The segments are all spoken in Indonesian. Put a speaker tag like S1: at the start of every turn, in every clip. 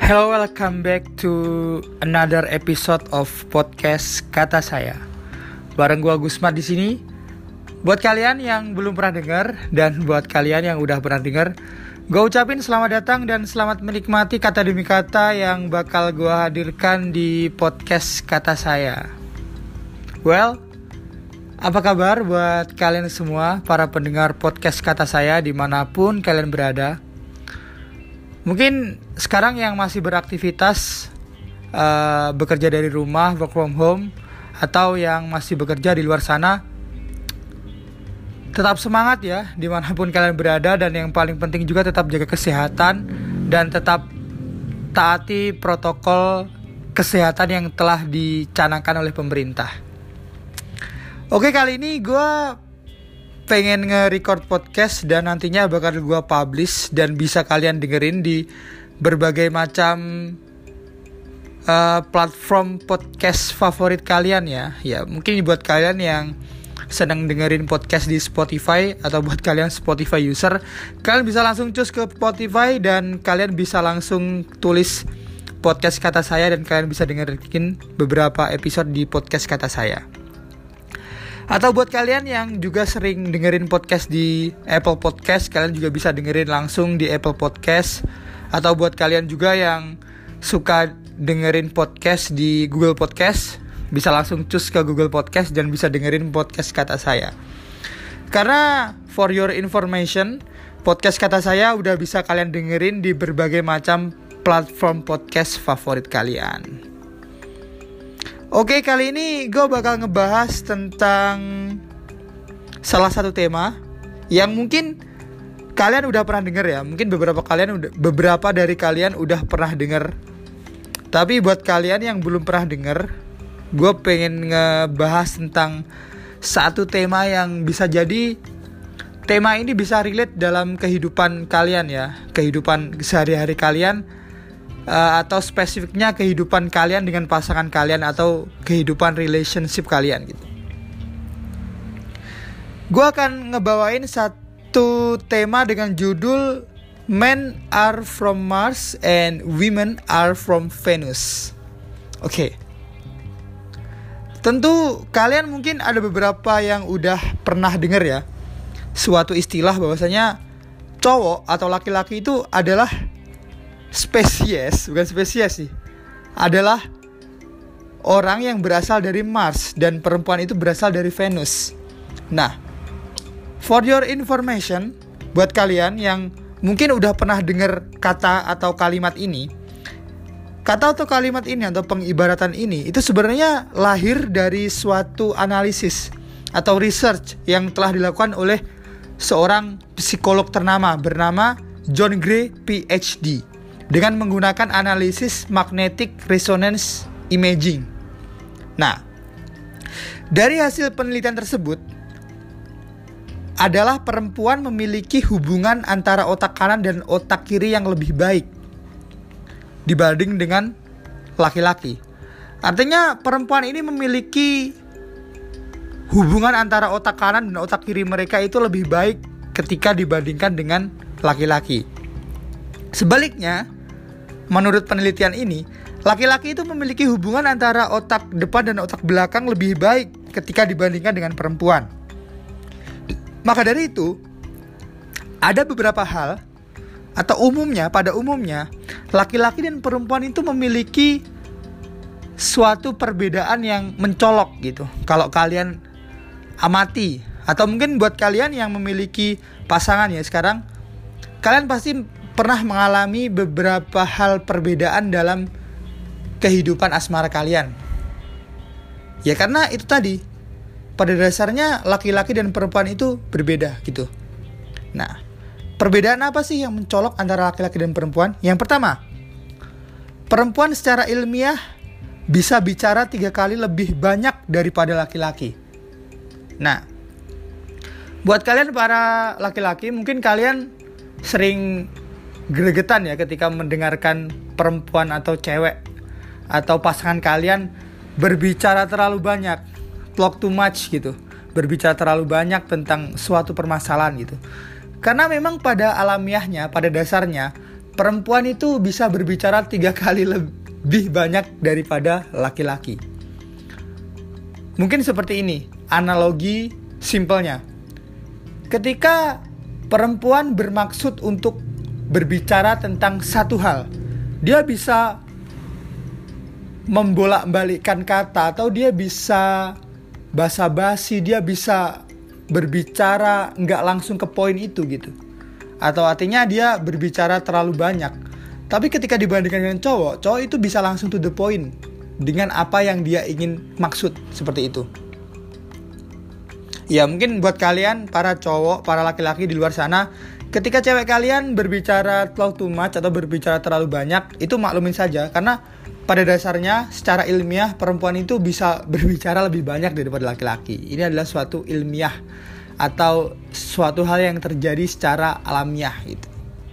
S1: Hello, welcome back to another episode of podcast Kata Saya. Bareng gua Gusmat di sini. Buat kalian yang belum pernah dengar dan buat kalian yang udah pernah dengar, gua ucapin selamat datang dan selamat menikmati kata demi kata yang bakal gua hadirkan di podcast Kata Saya. Well, apa kabar buat kalian semua para pendengar podcast Kata Saya dimanapun kalian berada? Mungkin sekarang yang masih beraktivitas bekerja dari rumah, work from home, atau yang masih bekerja di luar sana, tetap semangat ya dimanapun kalian berada. Dan yang paling penting juga tetap jaga kesehatan dan tetap taati protokol kesehatan yang telah dicanangkan oleh pemerintah. Oke, kali ini gue pengen nge-record podcast dan nantinya bakal gue publish dan bisa kalian dengerin di berbagai macam platform podcast favorit kalian ya. Ya, mungkin buat kalian yang sedang dengerin podcast di Spotify atau buat kalian Spotify user, kalian bisa langsung cus ke Spotify dan kalian bisa langsung tulis podcast Kata Saya dan kalian bisa dengerin beberapa episode di podcast Kata Saya. Atau buat kalian yang juga sering dengerin podcast di Apple Podcast, kalian juga bisa dengerin langsung di Apple Podcast. Atau buat kalian juga yang suka dengerin podcast di Google Podcast, bisa langsung cus ke Google Podcast dan bisa dengerin podcast Kata Saya. Karena for your information, podcast Kata Saya udah bisa kalian dengerin di berbagai macam platform podcast favorit kalian. Oke, kali ini gue bakal ngebahas tentang salah satu tema yang mungkin kalian udah pernah denger ya. Mungkin beberapa dari kalian udah pernah denger. Tapi buat kalian yang belum pernah denger, gue pengen ngebahas tentang satu tema yang bisa jadi tema ini bisa relate dalam kehidupan kalian ya, kehidupan sehari-hari kalian. Atau spesifiknya kehidupan kalian dengan pasangan kalian atau kehidupan relationship kalian gitu. Gue akan ngebawain satu tema dengan judul Men are from Mars and Women are from Venus. Oke. Tentu kalian mungkin ada beberapa yang udah pernah dengar ya suatu istilah bahwasanya cowok atau laki-laki itu adalah adalah orang yang berasal dari Mars dan perempuan itu berasal dari Venus. Nah, for your information, buat kalian yang mungkin udah pernah dengar kata atau kalimat ini atau pengibaratan ini itu sebenarnya lahir dari suatu analisis atau research yang telah dilakukan oleh seorang psikolog ternama bernama John Gray PhD. Dengan menggunakan analisis magnetic resonance imaging. Nah, dari hasil penelitian tersebut adalah perempuan memiliki hubungan antara otak kanan dan otak kiri yang lebih baik dibanding dengan laki-laki. Artinya perempuan ini memiliki hubungan antara otak kanan dan otak kiri mereka itu lebih baik ketika dibandingkan dengan laki-laki. Sebaliknya, menurut penelitian ini, laki-laki itu memiliki hubungan antara otak depan dan otak belakang lebih baik ketika dibandingkan dengan perempuan. Maka dari itu, ada beberapa hal atau pada umumnya, laki-laki dan perempuan itu memiliki suatu perbedaan yang mencolok gitu. Kalau kalian amati, atau mungkin buat kalian yang memiliki pasangan ya sekarang, kalian pasti pernah mengalami beberapa hal perbedaan dalam kehidupan asmara kalian. Ya karena itu tadi, pada dasarnya laki-laki dan perempuan itu berbeda gitu. Nah, perbedaan apa sih yang mencolok antara laki-laki dan perempuan? Yang pertama, perempuan secara ilmiah bisa bicara 3 kali lebih banyak daripada laki-laki. Nah, buat kalian para laki-laki, mungkin kalian sering gregetan ya ketika mendengarkan perempuan atau cewek atau pasangan kalian berbicara terlalu banyak, talk too much gitu, berbicara terlalu banyak tentang suatu permasalahan gitu. Karena memang pada alamiahnya, pada dasarnya perempuan itu bisa berbicara 3 kali lebih banyak daripada laki-laki. Mungkin seperti ini analogi simpelnya. Ketika perempuan bermaksud untuk berbicara tentang satu hal, dia bisa membolak-balikkan kata, atau dia bisa basa-basi, dia bisa berbicara nggak langsung ke poin itu gitu. Atau artinya dia berbicara terlalu banyak. Tapi ketika dibandingkan dengan cowok itu bisa langsung to the point dengan apa yang dia ingin maksud, seperti itu. Ya mungkin buat kalian para cowok, para laki-laki di luar sana, ketika cewek kalian berbicara terlalu too much atau berbicara terlalu banyak, itu maklumin saja, karena pada dasarnya secara ilmiah perempuan itu bisa berbicara lebih banyak daripada laki-laki. Ini adalah suatu ilmiah atau suatu hal yang terjadi secara alamiah gitu.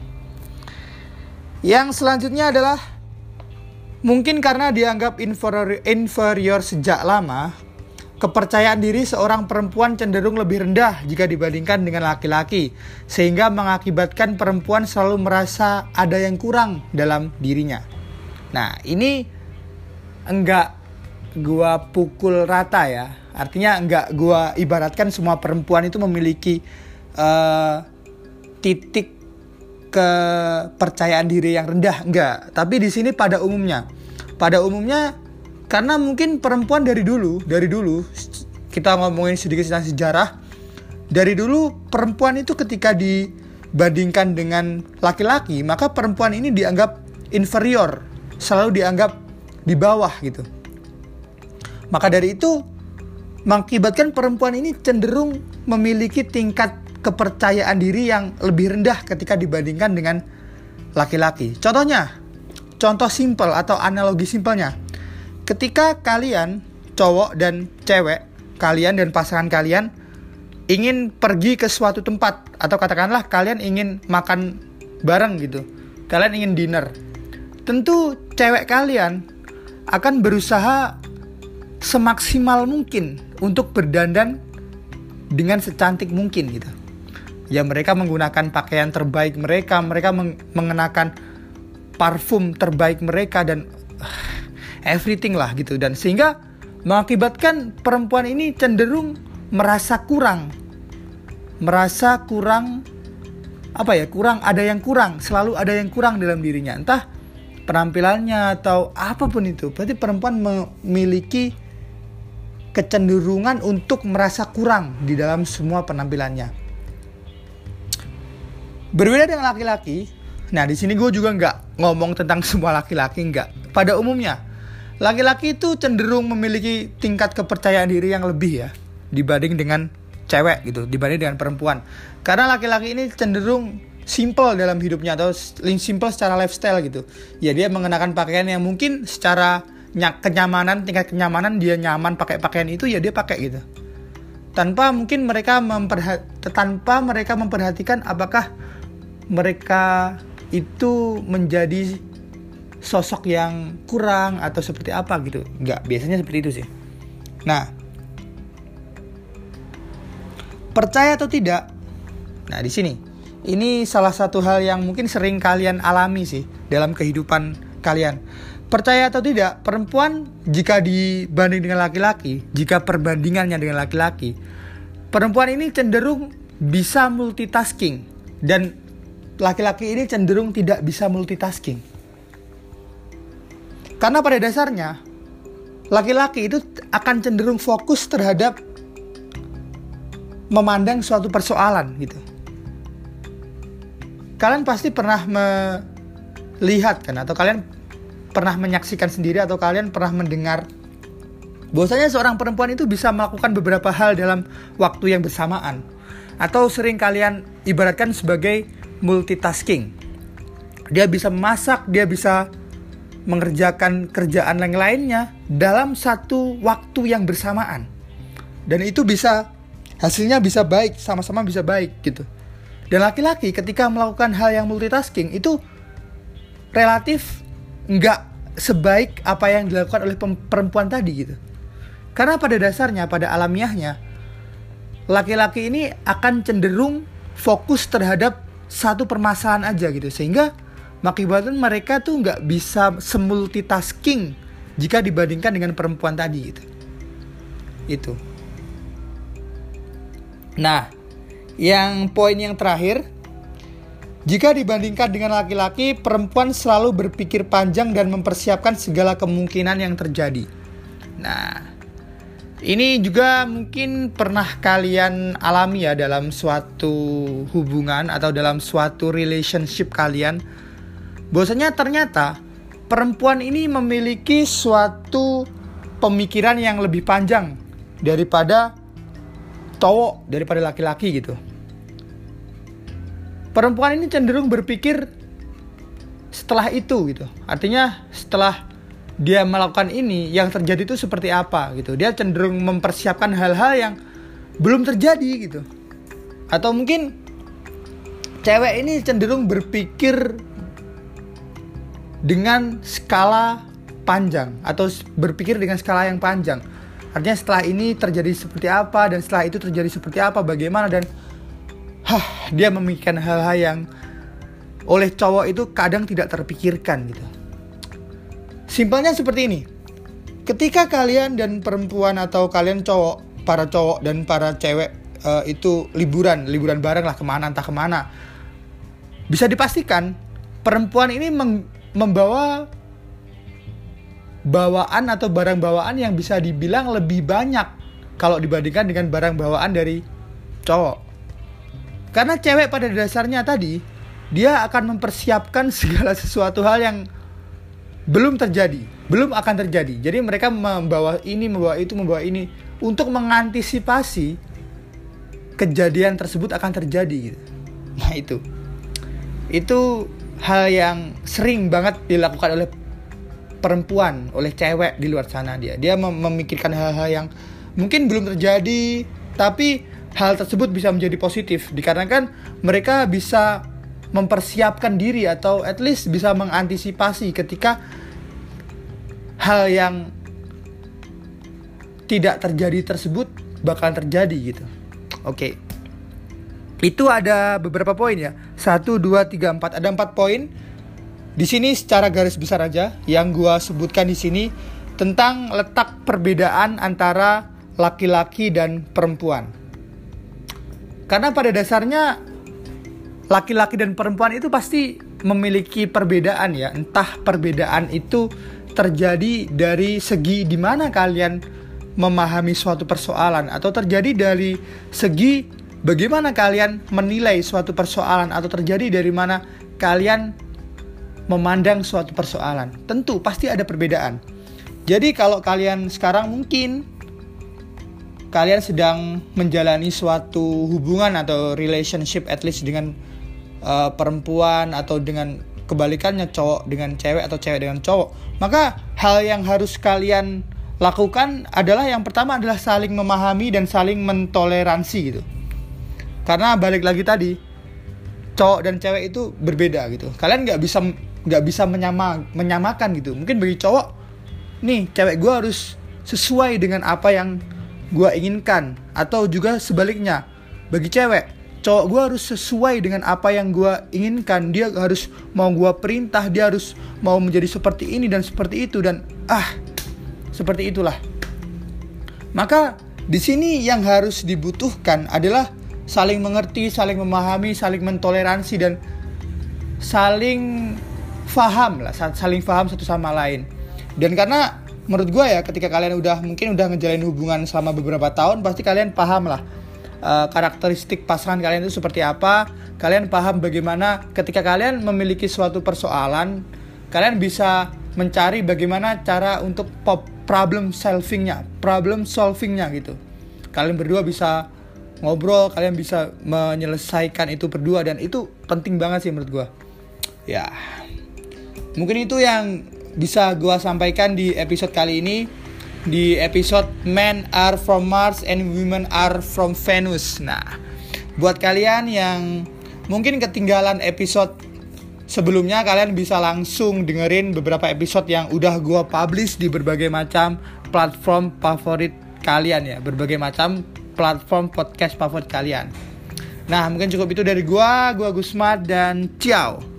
S1: Yang selanjutnya adalah mungkin karena dianggap inferior sejak lama, kepercayaan diri seorang perempuan cenderung lebih rendah jika dibandingkan dengan laki-laki, sehingga mengakibatkan perempuan selalu merasa ada yang kurang dalam dirinya. Nah, ini enggak gua pukul rata ya. Artinya enggak gua ibaratkan semua perempuan itu memiliki titik kepercayaan diri yang rendah, enggak. Tapi di sini pada umumnya karena mungkin perempuan dari dulu kita ngomongin sedikit tentang sejarah. Dari dulu perempuan itu ketika dibandingkan dengan laki-laki, maka perempuan ini dianggap inferior, selalu dianggap di bawah gitu. Maka dari itu mengakibatkan perempuan ini cenderung memiliki tingkat kepercayaan diri yang lebih rendah ketika dibandingkan dengan laki-laki. Contoh simpel atau analogi simpelnya, ketika kalian cowok dan cewek, kalian dan pasangan kalian ingin pergi ke suatu tempat, atau katakanlah kalian ingin makan bareng gitu, kalian ingin dinner, tentu cewek kalian akan berusaha semaksimal mungkin untuk berdandan dengan secantik mungkin gitu. Ya mereka menggunakan pakaian terbaik mereka mengenakan parfum terbaik mereka dan everything lah gitu. Dan sehingga mengakibatkan perempuan ini cenderung merasa kurang, selalu ada yang kurang dalam dirinya, entah penampilannya atau apapun itu. Berarti perempuan memiliki kecenderungan untuk merasa kurang di dalam semua penampilannya. Berbeda dengan laki-laki. Nah, di sini gue juga nggak ngomong tentang semua laki-laki, nggak. Pada umumnya, laki-laki itu cenderung memiliki tingkat kepercayaan diri yang lebih ya dibanding dengan cewek gitu, dibanding dengan perempuan. Karena laki-laki ini cenderung simple dalam hidupnya atau simple secara lifestyle gitu. Ya dia mengenakan pakaian yang mungkin secara kenyamanan, tingkat kenyamanan dia nyaman pakai pakaian itu, ya dia pakai gitu. Tanpa mungkin mereka memperhatikan apakah mereka itu menjadi sosok yang kurang atau seperti apa gitu. Enggak, biasanya seperti itu sih. Nah, percaya atau tidak? Nah, di sini ini salah satu hal yang mungkin sering kalian alami sih dalam kehidupan kalian. Percaya atau tidak, perempuan jika dibanding dengan laki-laki, jika perbandingannya dengan laki-laki, perempuan ini cenderung bisa multitasking dan laki-laki ini cenderung tidak bisa multitasking. Karena pada dasarnya laki-laki itu akan cenderung fokus terhadap memandang suatu persoalan gitu. Kalian pasti pernah melihat kan, atau kalian pernah menyaksikan sendiri, atau kalian pernah mendengar bahwasanya seorang perempuan itu bisa melakukan beberapa hal dalam waktu yang bersamaan, atau sering kalian ibaratkan sebagai multitasking. Dia bisa memasak, dia bisa mengerjakan kerjaan yang lainnya dalam satu waktu yang bersamaan. Dan itu bisa, hasilnya bisa baik, sama-sama bisa baik gitu. Dan laki-laki ketika melakukan hal yang multitasking itu relatif nggak sebaik apa yang dilakukan oleh perempuan tadi gitu. Karena pada dasarnya, pada alamiahnya, laki-laki ini akan cenderung fokus terhadap satu permasalahan aja gitu. Sehingga mengakibatkan mereka tuh nggak bisa semultitasking jika dibandingkan dengan perempuan tadi gitu. Itu. Nah, yang poin yang terakhir, jika dibandingkan dengan laki-laki, perempuan selalu berpikir panjang dan mempersiapkan segala kemungkinan yang terjadi. Nah, ini juga mungkin pernah kalian alami ya dalam suatu hubungan atau dalam suatu relationship kalian. Bahwasanya ternyata perempuan ini memiliki suatu pemikiran yang lebih panjang daripada cowok, daripada laki-laki gitu. Perempuan ini cenderung berpikir setelah itu gitu. Artinya setelah dia melakukan ini, yang terjadi itu seperti apa gitu. Dia cenderung mempersiapkan hal-hal yang belum terjadi gitu. Atau mungkin cewek ini cenderung berpikir dengan skala panjang atau berpikir dengan skala yang panjang. Artinya setelah ini terjadi seperti apa, dan setelah itu terjadi seperti apa, bagaimana, dan dia memikirkan hal-hal yang oleh cowok itu kadang tidak terpikirkan gitu. Simpelnya seperti ini. Ketika kalian dan perempuan atau kalian cowok, para cowok dan para cewek itu liburan bareng lah kemana, entah kemana, bisa dipastikan perempuan ini membawa bawaan atau barang bawaan yang bisa dibilang lebih banyak kalau dibandingkan dengan barang bawaan dari cowok. Karena cewek pada dasarnya tadi, dia akan mempersiapkan segala sesuatu hal yang belum terjadi, belum akan terjadi. Jadi mereka membawa ini, membawa itu, membawa ini untuk mengantisipasi kejadian tersebut akan terjadi gitu. Nah, itu hal yang sering banget dilakukan oleh perempuan, oleh cewek di luar sana. Dia memikirkan hal-hal yang mungkin belum terjadi, tapi hal tersebut bisa menjadi positif dikarenakan mereka bisa mempersiapkan diri atau at least bisa mengantisipasi ketika hal yang tidak terjadi tersebut bakalan terjadi gitu. Oke. Itu ada beberapa poin ya. 1, 2, 3, 4. Ada 4 poin. Di sini secara garis besar aja yang gua sebutkan di sini tentang letak perbedaan antara laki-laki dan perempuan. Karena pada dasarnya laki-laki dan perempuan itu pasti memiliki perbedaan ya. Entah perbedaan itu terjadi dari segi di mana kalian memahami suatu persoalan, atau terjadi dari segi bagaimana kalian menilai suatu persoalan, atau terjadi dari mana kalian memandang suatu persoalan. Tentu pasti ada perbedaan. Jadi kalau kalian sekarang mungkin kalian sedang menjalani suatu hubungan atau relationship at least dengan perempuan, atau dengan kebalikannya cowok dengan cewek atau cewek dengan cowok, maka hal yang harus kalian lakukan adalah yang pertama adalah saling memahami dan saling mentoleransi gitu. Karena balik lagi tadi, cowok dan cewek itu berbeda gitu. Kalian nggak bisa menyamakan gitu. Mungkin bagi cowok, nih cewek gue harus sesuai dengan apa yang gue inginkan, atau juga sebaliknya bagi cewek, cowok gue harus sesuai dengan apa yang gue inginkan. Dia harus mau gue perintah, dia harus mau menjadi seperti ini dan seperti itu, dan seperti itulah. Maka di sini yang harus dibutuhkan adalah saling mengerti, saling memahami, saling mentoleransi, dan saling faham satu sama lain. Dan karena menurut gue ya, ketika kalian mungkin udah ngejalanin hubungan selama beberapa tahun, pasti kalian paham lah karakteristik pasangan kalian itu seperti apa. Kalian paham bagaimana ketika kalian memiliki suatu persoalan, kalian bisa mencari bagaimana cara untuk problem solvingnya gitu. Kalian berdua bisa ngobrol, kalian bisa menyelesaikan itu berdua, dan itu penting banget sih menurut gue. Ya, mungkin itu yang bisa gue sampaikan di episode kali ini, di episode Men Are From Mars and Women Are From Venus. Nah, buat kalian yang mungkin ketinggalan episode sebelumnya, kalian bisa langsung dengerin beberapa episode yang udah gue publish di berbagai macam platform favorit kalian ya, berbagai macam platform podcast favorit kalian. Nah, mungkin cukup itu dari gue Gusmat, dan ciao.